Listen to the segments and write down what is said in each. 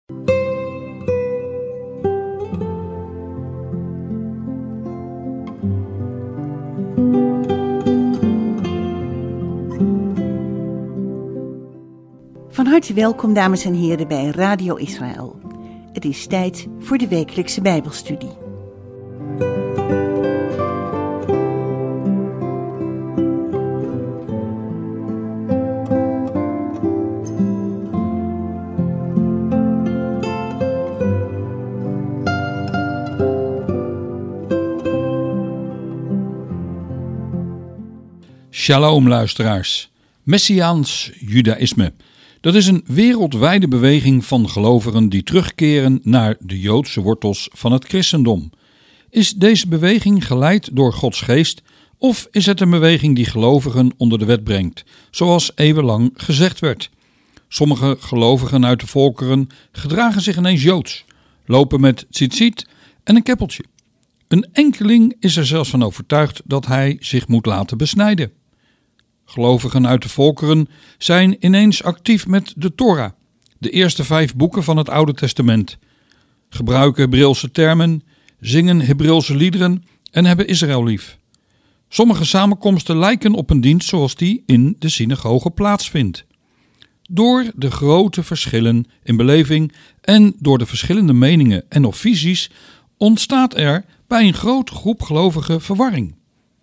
Van harte welkom, dames en heren, bij Radio Israël. Het is tijd voor de wekelijkse Bijbelstudie. Shalom luisteraars. Messiaans Judaïsme. Dat is een wereldwijde beweging van gelovigen die terugkeren naar de Joodse wortels van het christendom. Is deze beweging geleid door Gods geest of is het een beweging die gelovigen onder de wet brengt, zoals eeuwenlang gezegd werd? Sommige gelovigen uit de volkeren gedragen zich ineens Joods, lopen met tzitzit en een keppeltje. Een enkeling is er zelfs van overtuigd dat hij zich moet laten besnijden. Gelovigen uit de volkeren zijn ineens actief met de Torah, de eerste 5 boeken van het Oude Testament, gebruiken Hebreeuwse termen, zingen Hebreeuwse liederen en hebben Israël lief. Sommige samenkomsten lijken op een dienst zoals die in de synagoge plaatsvindt. Door de grote verschillen in beleving en door de verschillende meningen en of visies ontstaat er bij een grote groep gelovigen verwarring.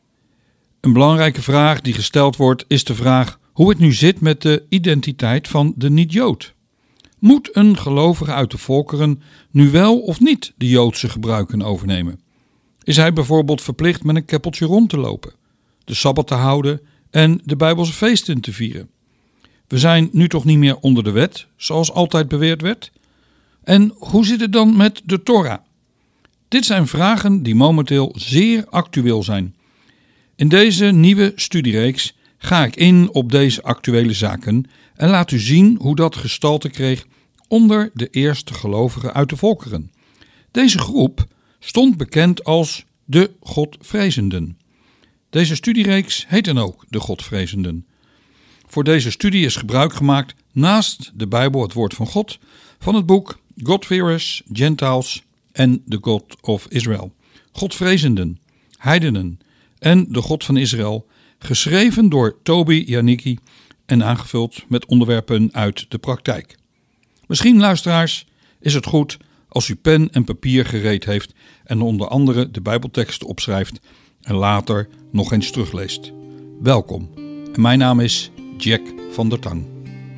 Een belangrijke vraag die gesteld wordt is de vraag hoe het nu zit met de identiteit van de niet-Jood. Moet een gelovige uit de volkeren nu wel of niet de Joodse gebruiken overnemen? Is hij bijvoorbeeld verplicht met een keppeltje rond te lopen, de Sabbat te houden en de Bijbelse feesten te vieren? We zijn nu toch niet meer onder de wet, zoals altijd beweerd werd? En hoe zit het dan met de Torah? Dit zijn vragen die momenteel zeer actueel zijn. In deze nieuwe studiereeks ga ik in op deze actuele zaken en laat u zien hoe dat gestalte kreeg onder de eerste gelovigen uit de volkeren. Deze groep stond bekend als de Godvrezenden. Deze studiereeks heet dan ook de Godvrezenden. Voor deze studie is gebruik gemaakt naast de Bijbel, het woord van God, van het boek God-fearers, Gentiles en the God of Israel. Godvrezenden, heidenen en de God van Israël, geschreven door Toby Janicki en aangevuld met onderwerpen uit de praktijk. Misschien, luisteraars, is het goed als u pen en papier gereed heeft en onder andere de Bijbelteksten opschrijft en later nog eens terugleest. Welkom. En mijn naam is Jack van der Tang.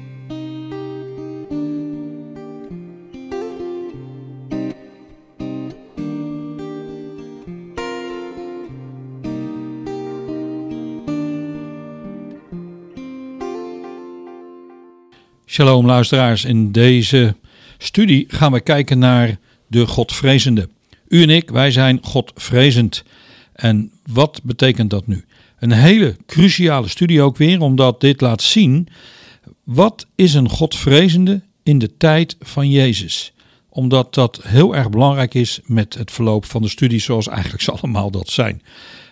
Shalom luisteraars, in deze studie gaan we kijken naar de Godvrezenden. U en ik, wij zijn Godvrezend. En wat betekent dat nu? Een hele cruciale studie ook weer, omdat dit laat zien wat is een Godvrezende in de tijd van Jezus. Omdat dat heel erg belangrijk is met het verloop van de studie, zoals eigenlijk ze allemaal dat zijn.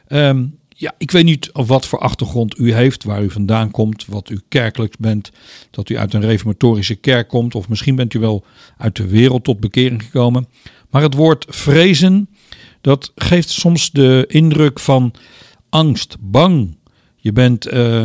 Ik weet niet wat voor achtergrond u heeft, waar u vandaan komt, wat u kerkelijk bent, dat u uit een reformatorische kerk komt of misschien bent u wel uit de wereld tot bekering gekomen. Maar het woord vrezen, dat geeft soms de indruk van angst, bang. Je bent,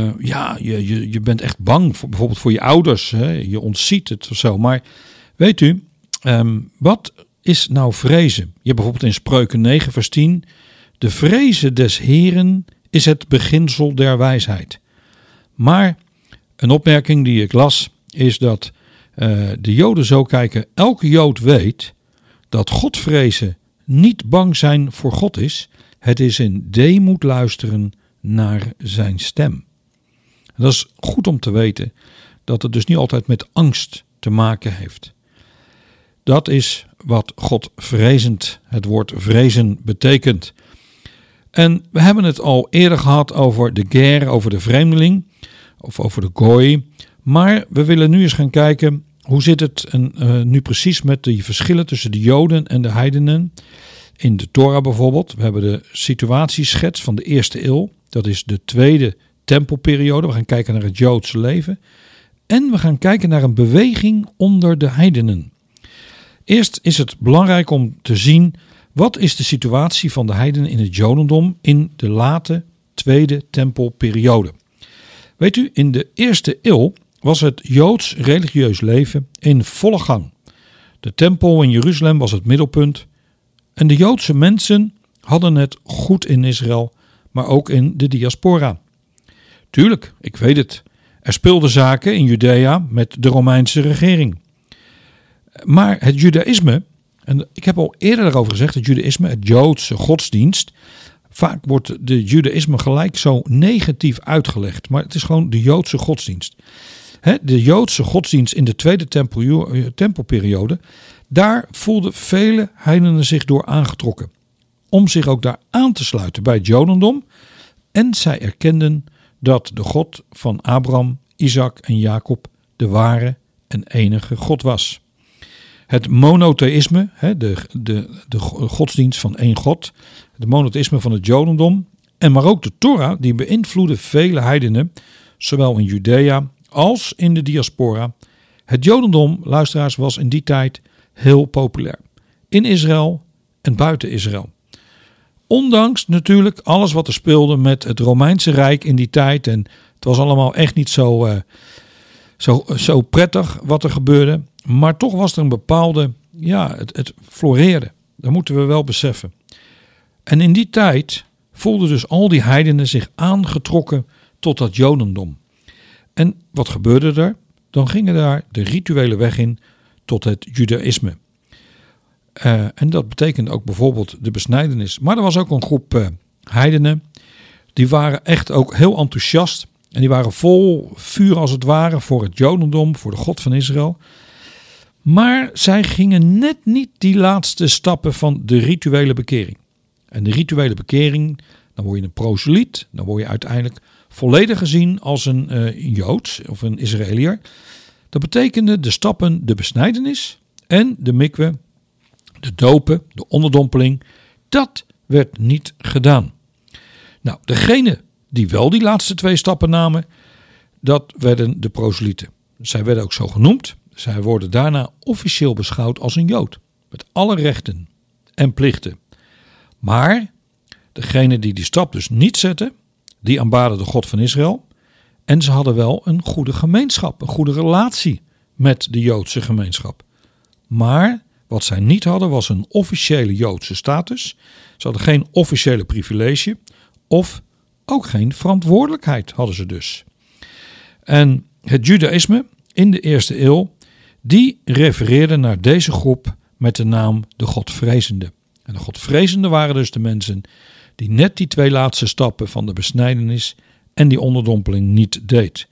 je bent echt bang, bijvoorbeeld voor je ouders, hè? Je ontziet het of zo. Maar weet u, wat is nou vrezen? Je hebt bijvoorbeeld in Spreuken 9 vers 10... De vrezen des Heren is het beginsel der wijsheid. Maar een opmerking die ik las is dat de Joden zo kijken. Elke Jood weet dat Godvrezen niet bang zijn voor God is. Het is in deemoed luisteren naar zijn stem. En dat is goed om te weten dat het dus niet altijd met angst te maken heeft. Dat is wat Godvrezend, het woord vrezen, betekent. En we hebben het al eerder gehad over de ger, over de vreemdeling, of over de gooi. Maar we willen nu eens gaan kijken, hoe zit het nu precies met die verschillen tussen de Joden en de heidenen. In de Torah bijvoorbeeld, we hebben de situatieschets van de eerste eeuw. Dat is de tweede tempelperiode. We gaan kijken naar het Joodse leven. En we gaan kijken naar een beweging onder de heidenen. Eerst is het belangrijk om te zien wat is de situatie van de heidenen in het Jodendom in de late Tweede Tempelperiode. Weet u, in de eerste eeuw was het Joods religieus leven in volle gang. De tempel in Jeruzalem was het middelpunt en de Joodse mensen hadden het goed in Israël, maar ook in de diaspora. Tuurlijk, ik weet het. Er speelden zaken in Judea met de Romeinse regering. Maar het Judaïsme, en ik heb al eerder daarover gezegd, het Judaïsme, het Joodse godsdienst. Vaak wordt de Judaïsme gelijk zo negatief uitgelegd, maar het is gewoon de Joodse godsdienst. De Joodse godsdienst in de Tweede Tempelperiode, daar voelden vele heidenen zich door aangetrokken. Om zich ook daar aan te sluiten bij het Jodendom. En zij erkenden dat de God van Abraham, Isaac en Jacob de ware en enige God was. Het monotheïsme, de godsdienst van één God, het monotheïsme van het Jodendom, en maar ook de Torah, die beïnvloedde vele heidenen, zowel in Judea als in de diaspora. Het Jodendom, luisteraars, was in die tijd heel populair. In Israël en buiten Israël. Ondanks natuurlijk alles wat er speelde met het Romeinse Rijk in die tijd. En het was allemaal echt niet zo prettig wat er gebeurde. Maar toch was er een bepaalde, het floreerde. Dat moeten we wel beseffen. En in die tijd voelden dus al die heidenen zich aangetrokken tot dat Jodendom. En wat gebeurde er? Dan gingen daar de rituele weg in tot het Judaïsme. En dat betekende ook bijvoorbeeld de besnijdenis. Maar er was ook een groep heidenen. Die waren echt ook heel enthousiast. En die waren vol vuur als het ware voor het Jodendom, voor de God van Israël. Maar zij gingen net niet die laatste stappen van de rituele bekering. En de rituele bekering, dan word je een proseliet. Dan word je uiteindelijk volledig gezien als een Jood of een Israëliër. Dat betekende de stappen de besnijdenis en de mikwe, de dopen, de onderdompeling. Dat werd niet gedaan. Nou, degene die wel die laatste twee stappen namen, dat werden de proselieten. Zij werden ook zo genoemd. Zij worden daarna officieel beschouwd als een Jood. Met alle rechten en plichten. Maar degene die die stap dus niet zetten, die aanbaden de God van Israël. En ze hadden wel een goede gemeenschap, een goede relatie met de Joodse gemeenschap. Maar wat zij niet hadden was een officiële Joodse status. Ze hadden geen officiële privilege of ook geen verantwoordelijkheid hadden ze dus. En het Judaïsme in de eerste eeuw, die refereerde naar deze groep met de naam de Godvrezenden. En de Godvrezenden waren dus de mensen die net die twee laatste stappen van de besnijdenis en die onderdompeling niet deed.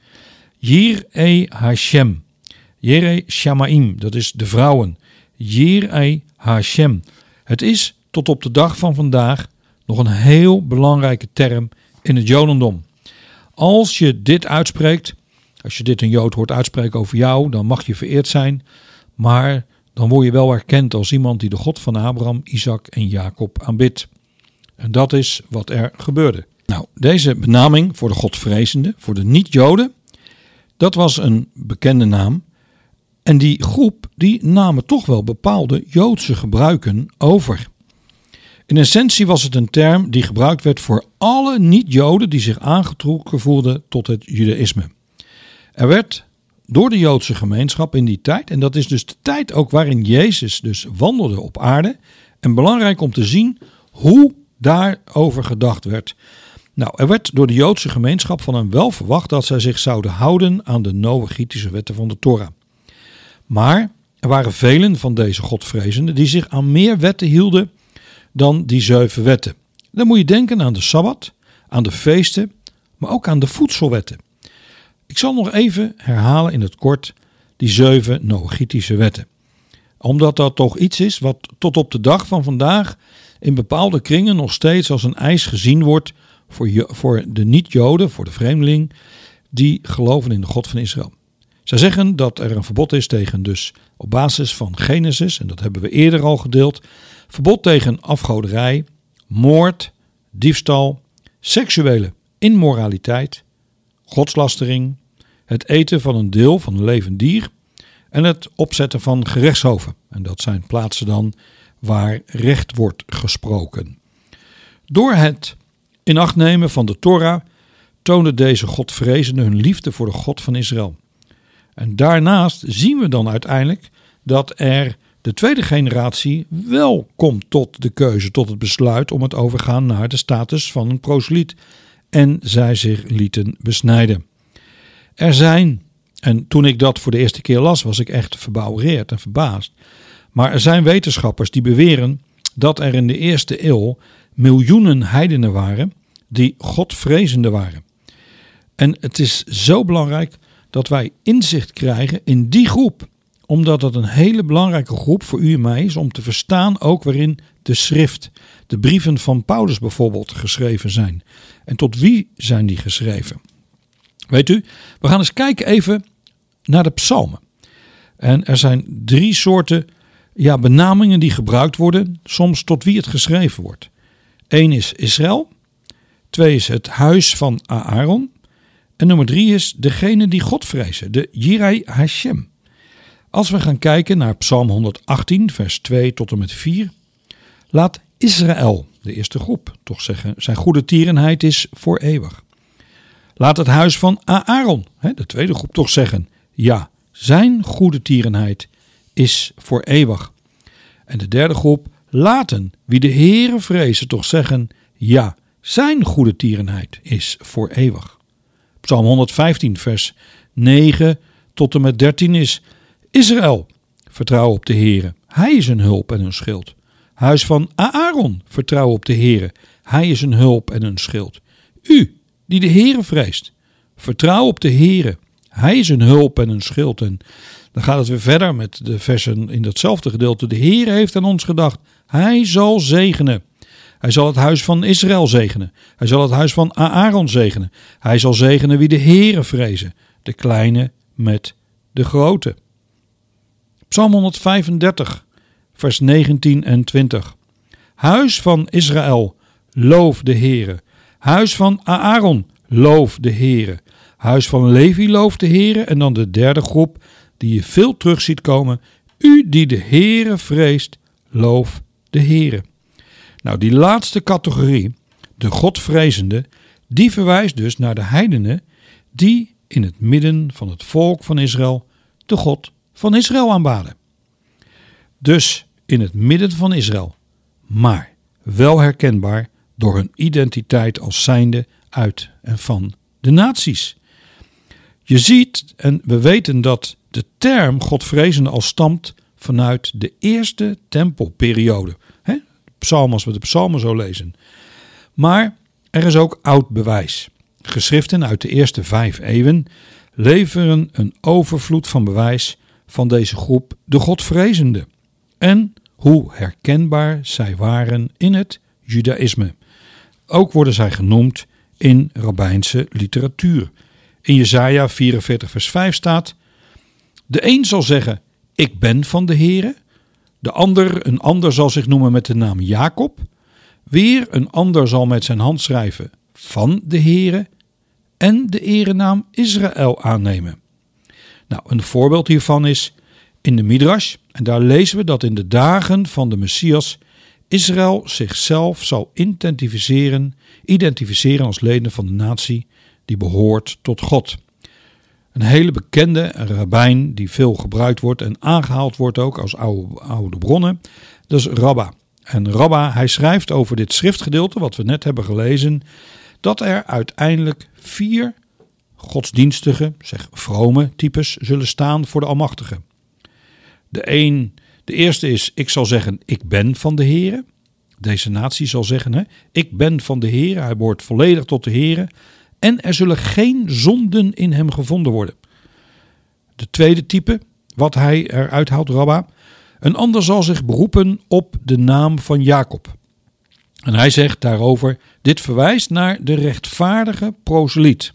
Yirei Hashem. Yirei Shamaim, dat is de vrouwen. Yirei Hashem. Het is tot op de dag van vandaag nog een heel belangrijke term in het Jodendom. Als je dit uitspreekt, als je dit een Jood hoort uitspreken over jou, dan mag je vereerd zijn. Maar dan word je wel erkend als iemand die de God van Abraham, Isaac en Jacob aanbidt. En dat is wat er gebeurde. Nou, deze benaming voor de Godvrezenden, voor de niet-Joden, dat was een bekende naam. En die groep, die namen toch wel bepaalde Joodse gebruiken over. In essentie was het een term die gebruikt werd voor alle niet-Joden die zich aangetrokken voelden tot het Judaïsme. Er werd door de Joodse gemeenschap in die tijd, en dat is dus de tijd ook waarin Jezus dus wandelde op aarde, en belangrijk om te zien hoe daarover gedacht werd. Nou, er werd door de Joodse gemeenschap van hem wel verwacht dat zij zich zouden houden aan de Noachitische wetten van de Torah. Maar er waren velen van deze Godvrezenden die zich aan meer wetten hielden dan die 7 wetten. Dan moet je denken aan de Sabbat, aan de feesten, maar ook aan de voedselwetten. Ik zal nog even herhalen in het kort die 7 Noachitische wetten. Omdat dat toch iets is wat tot op de dag van vandaag in bepaalde kringen nog steeds als een eis gezien wordt voor de niet-Joden, voor de vreemdeling, die geloven in de God van Israël. Zij zeggen dat er een verbod is tegen, dus op basis van Genesis, en dat hebben we eerder al gedeeld, verbod tegen afgoderij, moord, diefstal, seksuele immoraliteit, godslastering, het eten van een deel van een levend dier en het opzetten van gerechtshoven. En dat zijn plaatsen dan waar recht wordt gesproken. Door het in acht nemen van de Torah tonen deze Godvrezenden hun liefde voor de God van Israël. En daarnaast zien we dan uiteindelijk dat er de tweede generatie wel komt tot de keuze, tot het besluit om het overgaan naar de status van een proseliet. En zij zich lieten besnijden. Er zijn, en toen ik dat voor de eerste keer las, was ik echt verbouwereerd en verbaasd. Maar er zijn wetenschappers die beweren dat er in de eerste eeuw miljoenen heidenen waren die Godvrezenden waren. En het is zo belangrijk dat wij inzicht krijgen in die groep. Omdat dat een hele belangrijke groep voor u en mij is om te verstaan ook waarin de schrift, de brieven van Paulus bijvoorbeeld geschreven zijn. En tot wie zijn die geschreven? Weet u, we gaan eens kijken even naar de psalmen. En er zijn 3 soorten benamingen die gebruikt worden, soms tot wie het geschreven wordt. 1 is Israël, 2 is het huis van Aaron en nummer 3 is degene die God vrezen, de Jirei Hashem. Als we gaan kijken naar Psalm 118, vers 2 tot en met 4, laat Israël, de eerste groep, toch zeggen, zijn goede tierenheid is voor eeuwig. Laat het huis van Aaron, de tweede groep, toch zeggen, ja, zijn goede tierenheid is voor eeuwig. En de derde groep, laten wie de Heere vrezen, toch zeggen, ja, zijn goede tierenheid is voor eeuwig. Psalm 115, vers 9 tot en met 13 is: Israël, vertrouw op de Heere, hij is een hulp en een schild. Huis van Aaron, vertrouw op de Heere, hij is een hulp en een schild. U, die de Heere vreest, vertrouw op de Heere, hij is een hulp en een schild. En dan gaat het weer verder met de versen in datzelfde gedeelte. De Heere heeft aan ons gedacht, hij zal zegenen. Hij zal het huis van Israël zegenen. Hij zal het huis van Aaron zegenen. Hij zal zegenen wie de Heere vrezen, de kleine met de grote. Psalm 135, vers 19 en 20. Huis van Israël, loof de Heere. Huis van Aaron, loof de Heere. Huis van Levi, loof de Heere. En dan de derde groep die je veel terug ziet komen. U die de Heere vreest, loof de Heere. Nou, die laatste categorie, de Godvrezende, die verwijst dus naar de heidenen die in het midden van het volk van Israël de God van Israël aanbaden. Dus in het midden van Israël, maar wel herkenbaar door hun identiteit als zijnde uit en van de naties. Je ziet en we weten dat de term Godvrezende al stamt vanuit de eerste tempelperiode. Psalm, als we de psalmen zo lezen. Maar er is ook oud bewijs. Geschriften uit de eerste 5 eeuwen leveren een overvloed van bewijs van deze groep, de Godvrezenden. En hoe herkenbaar zij waren in het Judaïsme. Ook worden zij genoemd in rabbijnse literatuur. In Jesaja 44 vers 5 staat: de een zal zeggen, ik ben van de Heere. Een ander zal zich noemen met de naam Jacob. Weer een ander zal met zijn hand schrijven van de Heere. En de erenaam Israël aannemen. Nou, een voorbeeld hiervan is in de Midrash. En daar lezen we dat in de dagen van de Messias Israël zichzelf zal identificeren als leden van de natie die behoort tot God. Een hele bekende rabbijn die veel gebruikt wordt en aangehaald wordt ook als oude bronnen. Dat is Rabba. En Rabba, hij schrijft over dit schriftgedeelte wat we net hebben gelezen, dat er uiteindelijk 4 godsdienstige, vrome types zullen staan voor de Almachtige. De eerste is, ik zal zeggen, ik ben van de Heere. Deze natie zal zeggen, ik ben van de Heere, hij behoort volledig tot de Heere. En er zullen geen zonden in hem gevonden worden. De tweede type, wat hij eruit haalt, Rabba. Een ander zal zich beroepen op de naam van Jacob. En hij zegt daarover, dit verwijst naar de rechtvaardige proseliet.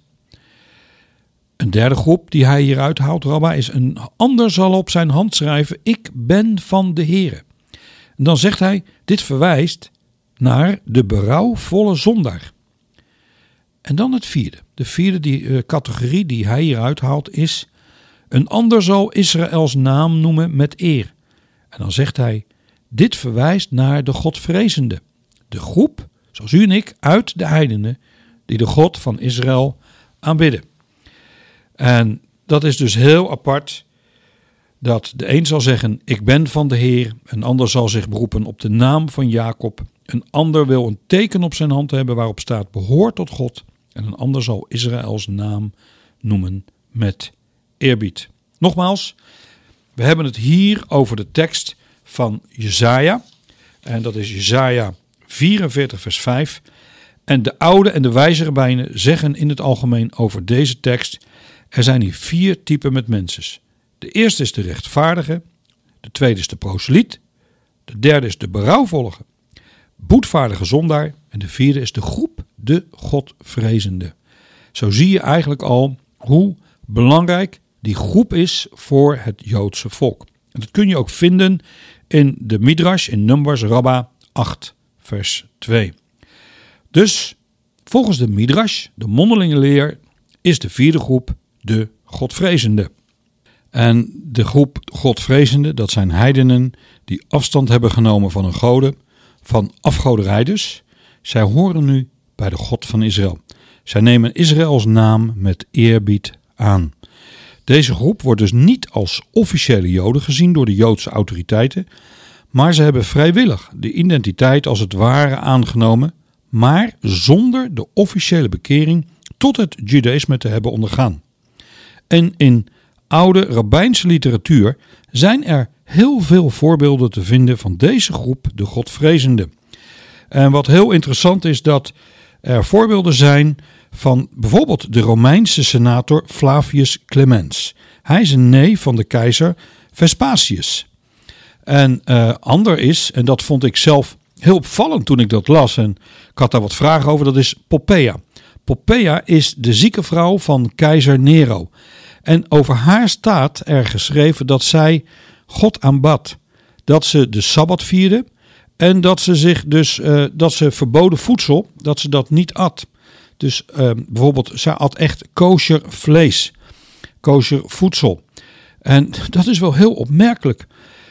Een derde groep die hij hieruit haalt, Rabba, is een ander zal op zijn hand schrijven, ik ben van de Heere. En dan zegt hij, dit verwijst naar de berouwvolle zondaar. En dan het vierde. De vierde categorie die hij hieruit haalt is Een ander zal Israëls naam noemen met eer. En dan zegt hij, dit verwijst naar de Godvrezende. De groep, zoals u en ik, uit de heidenen, die de God van Israël aanbidden. En dat is dus heel apart, dat de een zal zeggen, ik ben van de Heer. Een ander zal zich beroepen op de naam van Jacob. Een ander wil een teken op zijn hand hebben waarop staat, behoort tot God. En een ander zal Israëls naam noemen met eerbied. Nogmaals, we hebben het hier over de tekst van Jesaja. En dat is Jesaja 44 vers 5. En de oude en de wijze rabbijnen zeggen in het algemeen over deze tekst, er zijn hier 4 typen met mensen. De eerste is de rechtvaardige, de tweede is de proseliet, de derde is de berouwvollige, boetvaardige zondaar en de vierde is de groep, de Godvrezende. Zo zie je eigenlijk al hoe belangrijk die groep is voor het Joodse volk. En dat kun je ook vinden in de Midrash in Numbers Rabba 8 vers 2. Dus volgens de Midrash, de mondelinge leer, is de vierde groep de Godvrezende. En de groep Godvrezende, dat zijn heidenen die afstand hebben genomen van hun goden, van afgoderij dus. Zij horen nu bij de God van Israël. Zij nemen Israëls naam met eerbied aan. Deze groep wordt dus niet als officiële Joden gezien door de Joodse autoriteiten, maar ze hebben vrijwillig de identiteit als het ware aangenomen, maar zonder de officiële bekering tot het Judaïsme te hebben ondergaan. En in oude rabbijnse literatuur zijn er heel veel voorbeelden te vinden van deze groep, de Godvrezende. En wat heel interessant is dat er voorbeelden zijn van bijvoorbeeld de Romeinse senator Flavius Clemens. Hij is een neef van de keizer Vespasius. En ander is, en dat vond ik zelf heel opvallend toen ik dat las en ik had daar wat vragen over, dat is Poppaea. Poppaea is de zieke vrouw van keizer Nero. En over haar staat er geschreven dat zij God aanbad. Dat ze de Sabbat vierde en dat ze zich dus dat ze verboden voedsel, dat ze dat niet at. Dus bijvoorbeeld, zij at echt kosher vlees, kosher voedsel. En dat is wel heel opmerkelijk.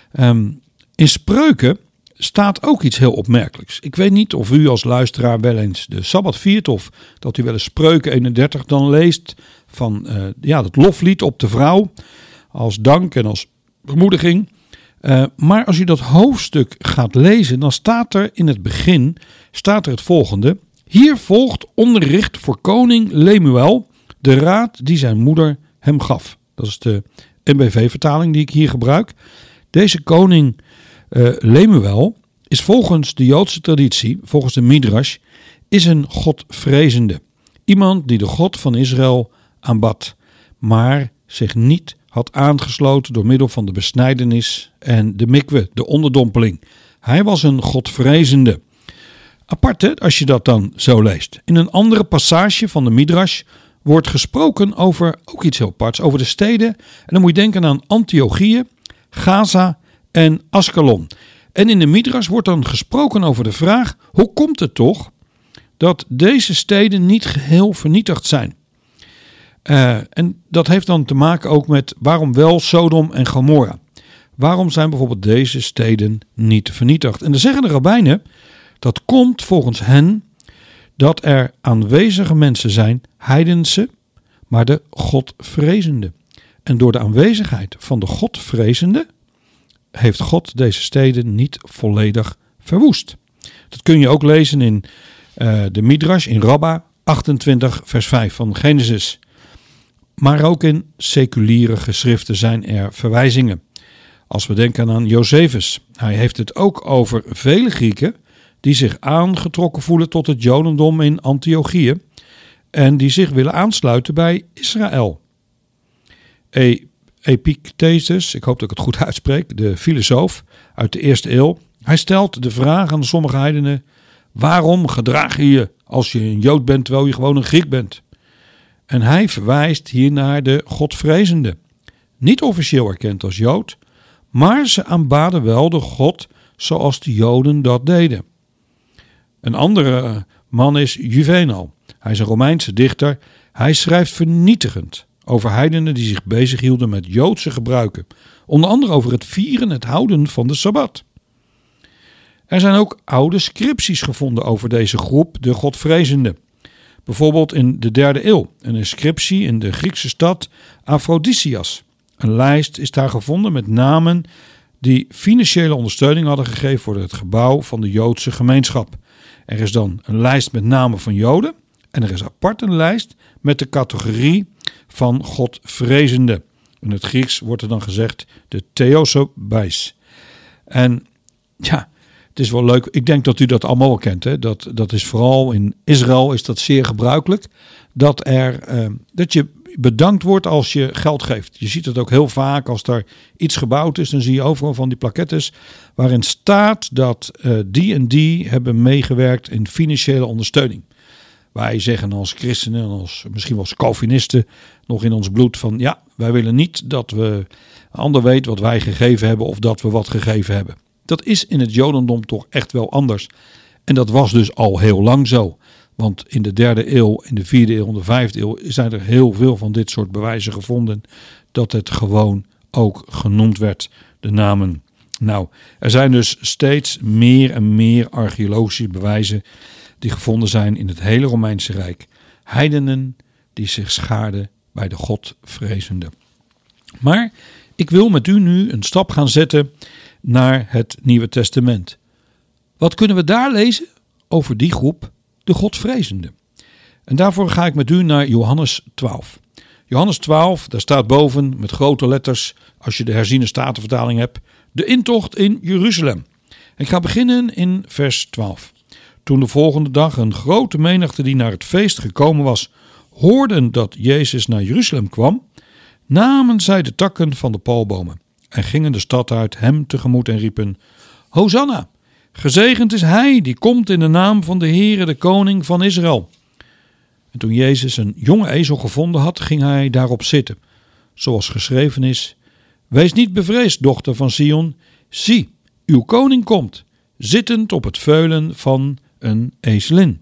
In Spreuken staat ook iets heel opmerkelijks. Ik weet niet of u als luisteraar wel eens de Sabbat viert of dat u wel eens Spreuken 31 dan leest van dat loflied op de vrouw als dank en als bemoediging. Maar als u dat hoofdstuk gaat lezen, dan staat er in het begin het volgende. Hier volgt onderricht voor koning Lemuel, de raad die zijn moeder hem gaf. Dat is de NBV-vertaling die ik hier gebruik. Deze koning Lemuel is volgens de Joodse traditie, volgens de Midrash, is een Godvrezende. Iemand die de God van Israël aanbad, maar zich niet had aangesloten door middel van de besnijdenis en de mikwe, de onderdompeling. Hij was een Godvrezende. Apart hè, als je dat dan zo leest. In een andere passage van de Midrash wordt gesproken over ook iets heel aparts, over de steden. En dan moet je denken aan Antiochië, Gaza en Askelon. En in de Midrash wordt dan gesproken over de vraag, hoe komt het toch dat deze steden niet geheel vernietigd zijn? En dat heeft dan te maken ook met waarom wel Sodom en Gomorra. Waarom zijn bijvoorbeeld deze steden niet vernietigd? En dan zeggen de rabbijnen, dat komt volgens hen dat er aanwezige mensen zijn, heidense, maar de Godvrezende. En door de aanwezigheid van de Godvrezende heeft God deze steden niet volledig verwoest. Dat kun je ook lezen in de Midrash, in Rabba 28 vers 5 van Genesis. Maar ook in seculiere geschriften zijn er verwijzingen. Als we denken aan Josephus, hij heeft het ook over vele Grieken die zich aangetrokken voelen tot het Jodendom in Antiochië en die zich willen aansluiten bij Israël. Epictetus, ik hoop dat ik het goed uitspreek, de filosoof uit de eerste eeuw, hij stelt de vraag aan sommige heidenen, waarom gedraag je je als je een Jood bent terwijl je gewoon een Griek bent? En hij verwijst hier naar de Godvrezende. Niet officieel erkend als Jood, maar ze aanbaden wel de God zoals de Joden dat deden. Een andere man is Juvenal. Hij is een Romeinse dichter. Hij schrijft vernietigend over heidenen die zich bezighielden met Joodse gebruiken. Onder andere over het vieren, het houden van de Sabbat. Er zijn ook oude scripties gevonden over deze groep, de Godvrezenden. Bijvoorbeeld in de 3e eeuw, een inscriptie in de Griekse stad Aphrodisias. Een lijst is daar gevonden met namen die financiële ondersteuning hadden gegeven voor het gebouw van de Joodse gemeenschap. Er is dan een lijst met namen van Joden en er is apart een lijst met de categorie van Godvrezenden. In het Grieks wordt er dan gezegd de Theosebais. En ja, het is wel leuk. Ik denk dat u dat allemaal wel kent. Hè? Dat is vooral in Israël is dat zeer gebruikelijk. Dat je bedankt wordt als je geld geeft. Je ziet het ook heel vaak als daar iets gebouwd is. Dan zie je overal van die plaquettes waarin staat dat die en die hebben meegewerkt in financiële ondersteuning. Wij zeggen als christenen, als misschien wel als Calvinisten nog in ons bloed van ja, wij willen niet dat we een ander weet wat wij gegeven hebben of dat we wat gegeven hebben. Dat is in het Jodendom toch echt wel anders. En dat was dus al heel lang zo. Want in de 3e eeuw, in de 4e eeuw, in de 5e eeuw zijn er heel veel van dit soort bewijzen gevonden dat het gewoon ook genoemd werd, de namen. Nou, er zijn dus steeds meer en meer archeologische bewijzen die gevonden zijn in het hele Romeinse Rijk. Heidenen die zich schaarden bij de Godvrezenden. Maar ik wil met u nu een stap gaan zetten naar het Nieuwe Testament. Wat kunnen we daar lezen over die groep, de Godvrezenden? En daarvoor ga ik met u naar Johannes 12. Johannes 12, daar staat boven met grote letters, als je de herziene statenvertaling hebt, de intocht in Jeruzalem. Ik ga beginnen in vers 12. Toen de volgende dag een grote menigte die naar het feest gekomen was, hoorden dat Jezus naar Jeruzalem kwam, namen zij de takken van de palmbomen en gingen de stad uit hem tegemoet en riepen: Hosanna, gezegend is hij die komt in de naam van de Heere, de koning van Israël. En toen Jezus een jonge ezel gevonden had, ging hij daarop zitten, zoals geschreven is: Wees niet bevreesd, dochter van Sion, zie, uw koning komt, zittend op het veulen van een ezelin.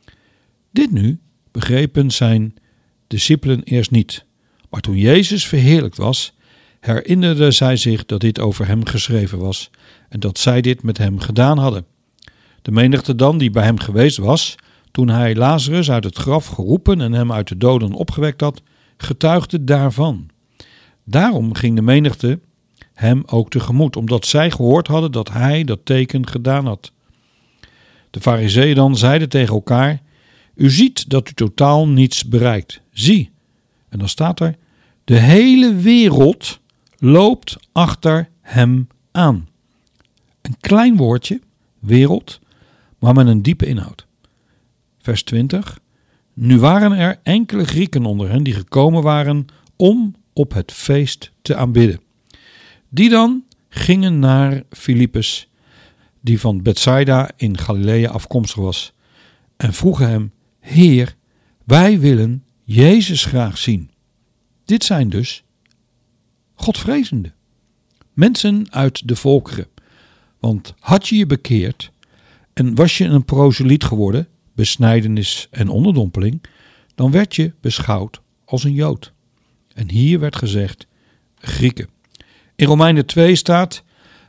Dit nu begrepen zijn discipelen eerst niet, maar toen Jezus verheerlijkt was, herinnerden zij zich dat dit over hem geschreven was en dat zij dit met hem gedaan hadden. De menigte dan die bij hem geweest was, toen hij Lazarus uit het graf geroepen en hem uit de doden opgewekt had, getuigde daarvan. Daarom ging de menigte hem ook tegemoet, omdat zij gehoord hadden dat hij dat teken gedaan had. De Farizeeën dan zeiden tegen elkaar: U ziet dat u totaal niets bereikt. Zie, en dan staat er: de hele wereld loopt achter hem aan. Een klein woordje, wereld, maar met een diepe inhoud. Vers 20. Nu waren er enkele Grieken onder hen die gekomen waren om op het feest te aanbidden. Die dan gingen naar Filippus, die van Bethsaida in Galilea afkomstig was, en vroegen hem: Heer, wij willen Jezus graag zien. Dit zijn dus Godvrezenden, mensen uit de volkeren. Want had je je bekeerd en was je een proseliet geworden, besnijdenis en onderdompeling, dan werd je beschouwd als een Jood. En hier werd gezegd Grieken. In Romeinen 2 staat,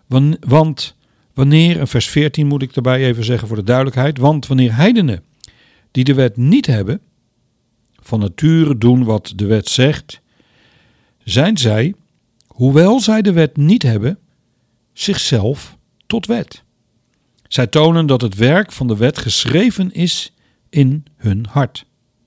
want wanneer, en vers 14 moet ik erbij even zeggen voor de duidelijkheid, want wanneer heidenen die de wet niet hebben, van nature doen wat de wet zegt, zijn zij, hoewel zij de wet niet hebben, zichzelf tot wet. Zij tonen dat het werk van de wet geschreven is in hun hart.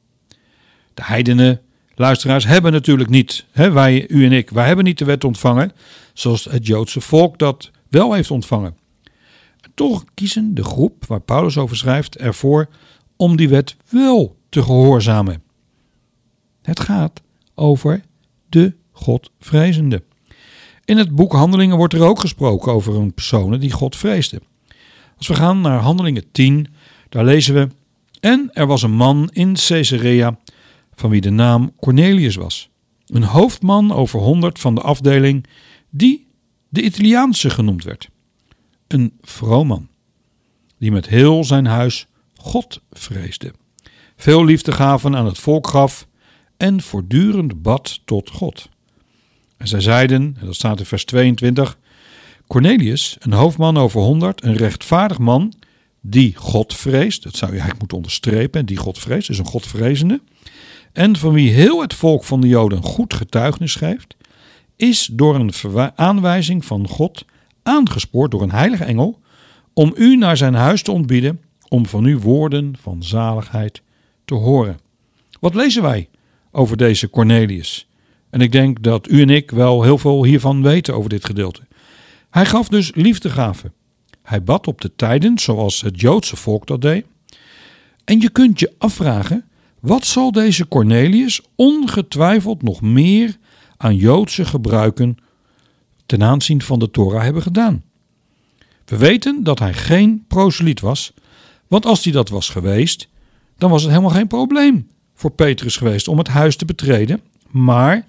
De heidenen, luisteraars, hebben natuurlijk niet, wij, u en ik, wij hebben niet de wet ontvangen, zoals het Joodse volk dat wel heeft ontvangen. Toch kiezen de groep waar Paulus over schrijft ervoor om die wet wel te gehoorzamen. Het gaat over de Godvrezenden. In het boek Handelingen wordt er ook gesproken over een persoon die God vreesde. Als we gaan naar Handelingen 10, daar lezen we: En er was een man in Caesarea, van wie de naam Cornelius was. Een hoofdman over 100 van de afdeling, die de Italiaanse genoemd werd. Een vroom man, die met heel zijn huis God vreesde. Veel liefde gaven aan het volk gaf en voortdurend bad tot God. En zij zeiden, en dat staat in vers 22, Cornelius, een hoofdman over 100, een rechtvaardig man, die God vreest, dat zou je eigenlijk moeten onderstrepen, die God vreest, dus een Godvrezende, en van wie heel het volk van de Joden goed getuigenis geeft, is door een aanwijzing van God aangespoord door een heilige engel om u naar zijn huis te ontbieden, om van u woorden van zaligheid te horen. Wat lezen wij over deze Cornelius? En ik denk dat u en ik wel heel veel hiervan weten over dit gedeelte. Hij gaf dus liefdegaven. Hij bad op de tijden zoals het Joodse volk dat deed. En je kunt je afvragen, wat zal deze Cornelius ongetwijfeld nog meer aan Joodse gebruiken ten aanzien van de Torah hebben gedaan? We weten dat hij geen proseliet was, want als hij dat was geweest, dan was het helemaal geen probleem voor Petrus geweest om het huis te betreden. Maar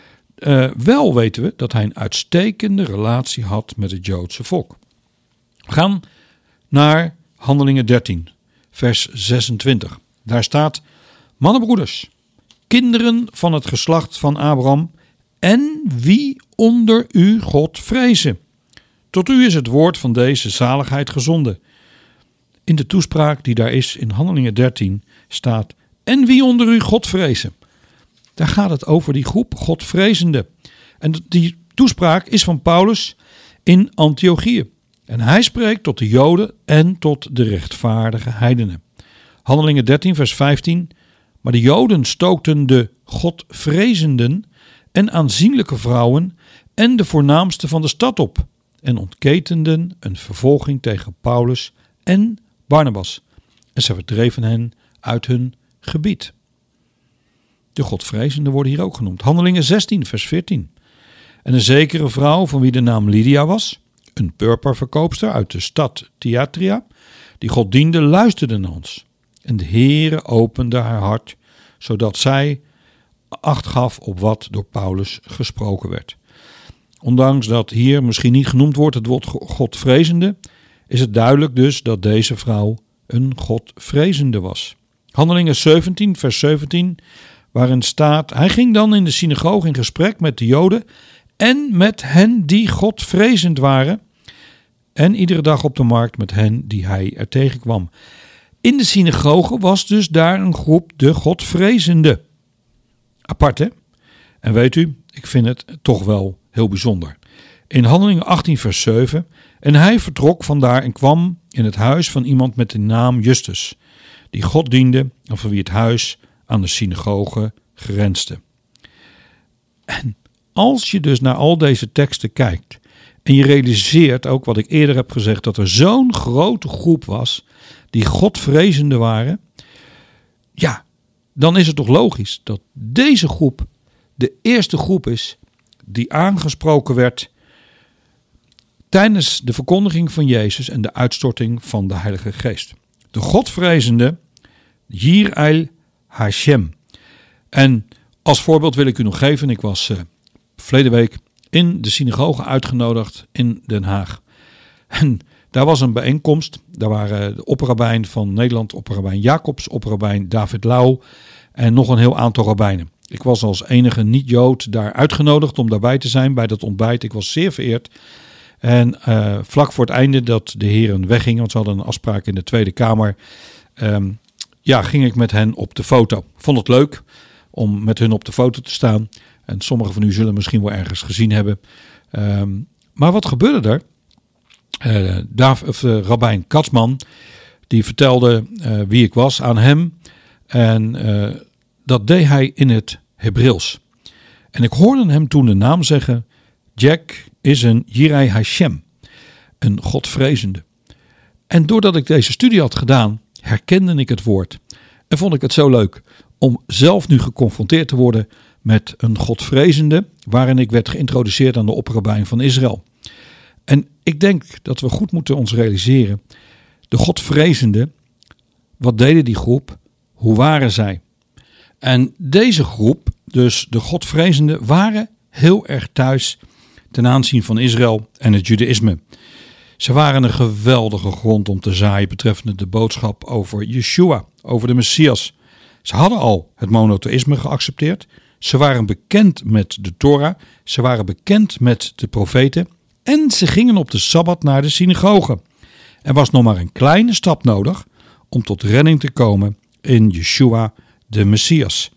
wel weten we dat hij een uitstekende relatie had met het Joodse volk. We gaan naar Handelingen 13, vers 26. Daar staat, mannenbroeders, kinderen van het geslacht van Abraham en wie onder u God vrezen. Tot u is het woord van deze zaligheid gezonden. In de toespraak die daar is in Handelingen 13 staat, en wie onder u God vrezen. Daar gaat het over die groep Godvrezenden. En die toespraak is van Paulus in Antiochië. En hij spreekt tot de Joden en tot de rechtvaardige heidenen. Handelingen 13 vers 15. Maar de Joden stookten de Godvrezenden en aanzienlijke vrouwen en de voornaamste van de stad op. En ontketenden een vervolging tegen Paulus en Barnabas. En ze verdreven hen uit hun gebied. De Godvrezenden worden hier ook genoemd. Handelingen 16 vers 14. En een zekere vrouw van wie de naam Lydia was, een purperverkoopster uit de stad Thyatira, die God diende, luisterde naar ons. En de Heere opende haar hart, zodat zij acht gaf op wat door Paulus gesproken werd. Ondanks dat hier misschien niet genoemd wordt het woord Godvrezende, is het duidelijk dus dat deze vrouw een Godvrezende was. Handelingen 17 vers 17, waarin staat, hij ging dan in de synagoge in gesprek met de Joden en met hen die Godvrezend waren en iedere dag op de markt met hen die hij er tegenkwam. In de synagoge was dus daar een groep de Godvrezende. Apart, hè? En weet u, ik vind het toch wel heel bijzonder. In Handelingen 18 vers 7, en hij vertrok vandaar en kwam in het huis van iemand met de naam Justus, die God diende en van wie het huis aan de synagoge grensde. En als je dus naar al deze teksten kijkt en je realiseert ook wat ik eerder heb gezegd, dat er zo'n grote groep was die Godvrezende waren, ja, dan is het toch logisch dat deze groep de eerste groep is die aangesproken werd tijdens de verkondiging van Jezus en de uitstorting van de Heilige Geest. De Godvrezende Yir'el Hashem. En als voorbeeld wil ik u nog geven, ik was verleden week in de synagoge uitgenodigd in Den Haag. En daar was een bijeenkomst, daar waren de opperrabijn van Nederland, opperrabijn Jacobs, opperrabijn David Lau en nog een heel aantal rabbijnen. Ik was als enige niet-Jood daar uitgenodigd om daarbij te zijn bij dat ontbijt. Ik was zeer vereerd. En vlak voor het einde dat de heren weggingen, want ze hadden een afspraak in de Tweede Kamer, ging ik met hen op de foto. Vond het leuk om met hun op de foto te staan. En sommigen van u zullen misschien wel ergens gezien hebben. Maar wat gebeurde er? Rabbijn Katzman, die vertelde wie ik was aan hem. En dat deed hij in het Hebreeuws. En ik hoorde hem toen de naam zeggen, Jack is een Yir'el Hashem, een Godvrezende. En doordat ik deze studie had gedaan, herkende ik het woord. En vond ik het zo leuk om zelf nu geconfronteerd te worden met een Godvrezende, waarin ik werd geïntroduceerd aan de opperrabijn van Israël. En ik denk dat we goed moeten ons realiseren, de Godvrezende, wat deden die groep? Hoe waren zij? En deze groep, dus de Godvrezenden, waren heel erg thuis ten aanzien van Israël en het Judaïsme. Ze waren een geweldige grond om te zaaien betreffende de boodschap over Yeshua, over de Messias. Ze hadden al het monotheïsme geaccepteerd. Ze waren bekend met de Torah. Ze waren bekend met de profeten. En ze gingen op de Sabbat naar de synagoge. Er was nog maar een kleine stap nodig om tot redding te komen in Yeshua, de Messias.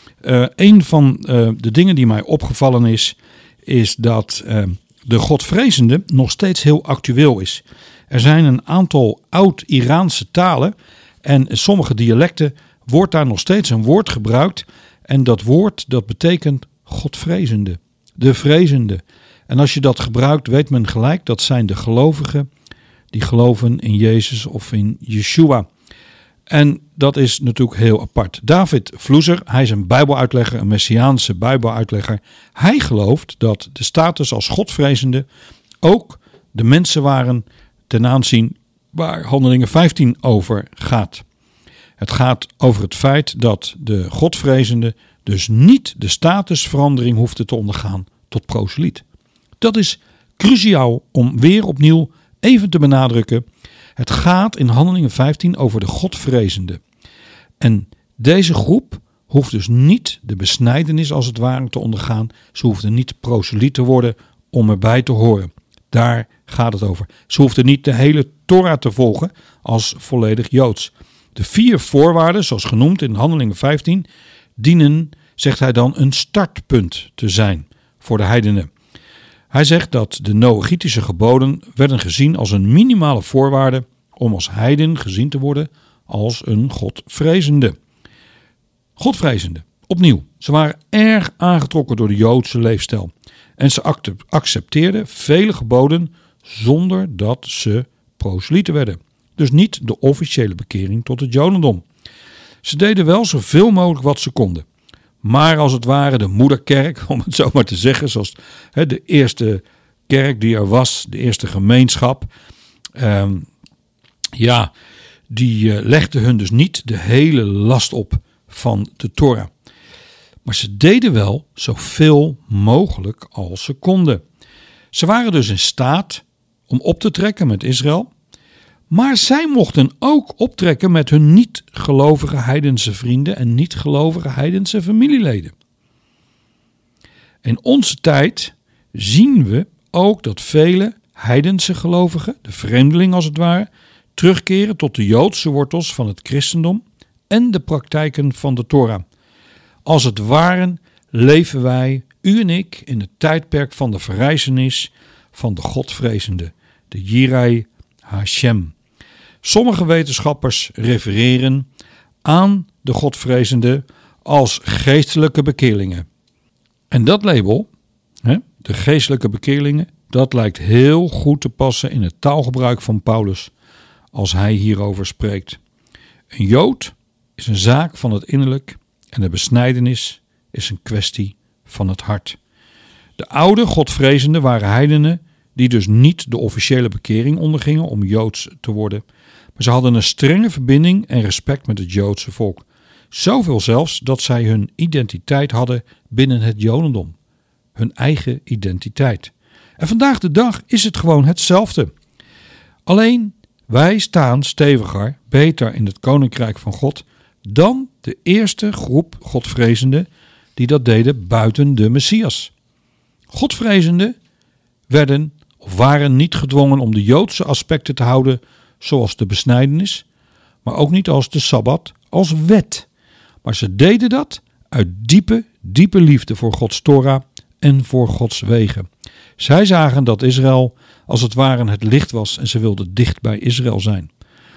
Een van de dingen die mij opgevallen is dat de Godvrezende nog steeds heel actueel is. Er zijn een aantal oud-Iraanse talen en in sommige dialecten wordt daar nog steeds een woord gebruikt. En dat woord dat betekent Godvrezende, de vrezende. En als je dat gebruikt, weet men gelijk, dat zijn de gelovigen die geloven in Jezus of in Yeshua. En dat is natuurlijk heel apart. David Vloeser, hij is een bijbeluitlegger, een messiaanse bijbeluitlegger. Hij gelooft dat de status als Godvrezende ook de mensen waren ten aanzien waar Handelingen 15 over gaat. Het gaat over het feit dat de Godvrezende dus niet de statusverandering hoefde te ondergaan tot proseliet. Dat is cruciaal om weer opnieuw even te benadrukken. Het gaat in Handelingen 15 over de Godvrezende. En deze groep hoeft dus niet de besnijdenis als het ware te ondergaan. Ze hoefden niet proseliet te worden om erbij te horen. Daar gaat het over. Ze hoefden niet de hele Torah te volgen als volledig Joods. De 4 voorwaarden, zoals genoemd in Handelingen 15, dienen, zegt hij dan, een startpunt te zijn voor de heidenen. Hij zegt dat de Noachitische geboden werden gezien als een minimale voorwaarde om als heiden gezien te worden als een Godvrezende. Godvrezende, opnieuw, ze waren erg aangetrokken door de Joodse leefstijl. En ze accepteerden vele geboden zonder dat ze proselieten werden. Dus niet de officiële bekering tot het Jodendom. Ze deden wel zoveel mogelijk wat ze konden. Maar als het ware de moederkerk, om het zo maar te zeggen, zoals de eerste kerk die er was, de eerste gemeenschap, die legde hun dus niet de hele last op van de Torah. Maar ze deden wel zoveel mogelijk als ze konden. Ze waren dus in staat om op te trekken met Israël. Maar zij mochten ook optrekken met hun niet-gelovige heidense vrienden en niet-gelovige heidense familieleden. In onze tijd zien we ook dat vele heidense gelovigen, de vreemdeling als het ware, terugkeren tot de Joodse wortels van het christendom en de praktijken van de Torah. Als het ware leven wij, u en ik, in het tijdperk van de verrijzenis van de Godvrezende, de Jirei Hashem. Sommige wetenschappers refereren aan de Godvrezende als geestelijke bekeerlingen. En dat label, de geestelijke bekeerlingen, dat lijkt heel goed te passen in het taalgebruik van Paulus als hij hierover spreekt. Een Jood is een zaak van het innerlijk en de besnijdenis is een kwestie van het hart. De oude Godvrezenden waren heidenen die dus niet de officiële bekering ondergingen om Joods te worden. Maar ze hadden een strenge verbinding en respect met het Joodse volk. Zoveel zelfs dat zij hun identiteit hadden binnen het Jodendom. Hun eigen identiteit. En vandaag de dag is het gewoon hetzelfde. Alleen wij staan steviger, beter in het koninkrijk van God dan de eerste groep Godvrezenden die dat deden buiten de Messias. Godvrezenden werden of waren niet gedwongen om de Joodse aspecten te houden zoals de besnijdenis, maar ook niet als de Sabbat, als wet. Maar ze deden dat uit diepe liefde voor Gods Torah en voor Gods wegen. Zij zagen dat Israël als het ware het licht was en ze wilden dicht bij Israël zijn.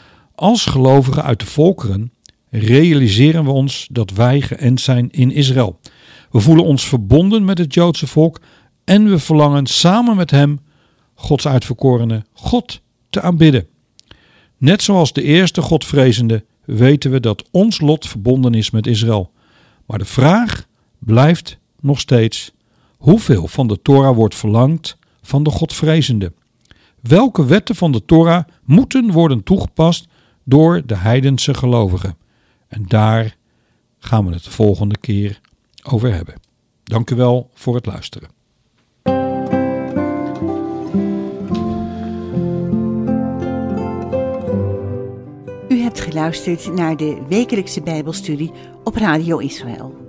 Als gelovigen uit de volkeren realiseren we ons dat wij geënt zijn in Israël. We voelen ons verbonden met het Joodse volk en we verlangen samen met hem, Gods uitverkorene, God te aanbidden. Net zoals de eerste Godvrezenden weten we dat ons lot verbonden is met Israël. Maar de vraag blijft nog steeds: hoeveel van de Torah wordt verlangd van de Godvrezenden? Welke wetten van de Torah moeten worden toegepast door de heidense gelovigen? En daar gaan we het de volgende keer over hebben. Dank u wel voor het luisteren. U hebt geluisterd naar de wekelijkse Bijbelstudie op op Radio Israël.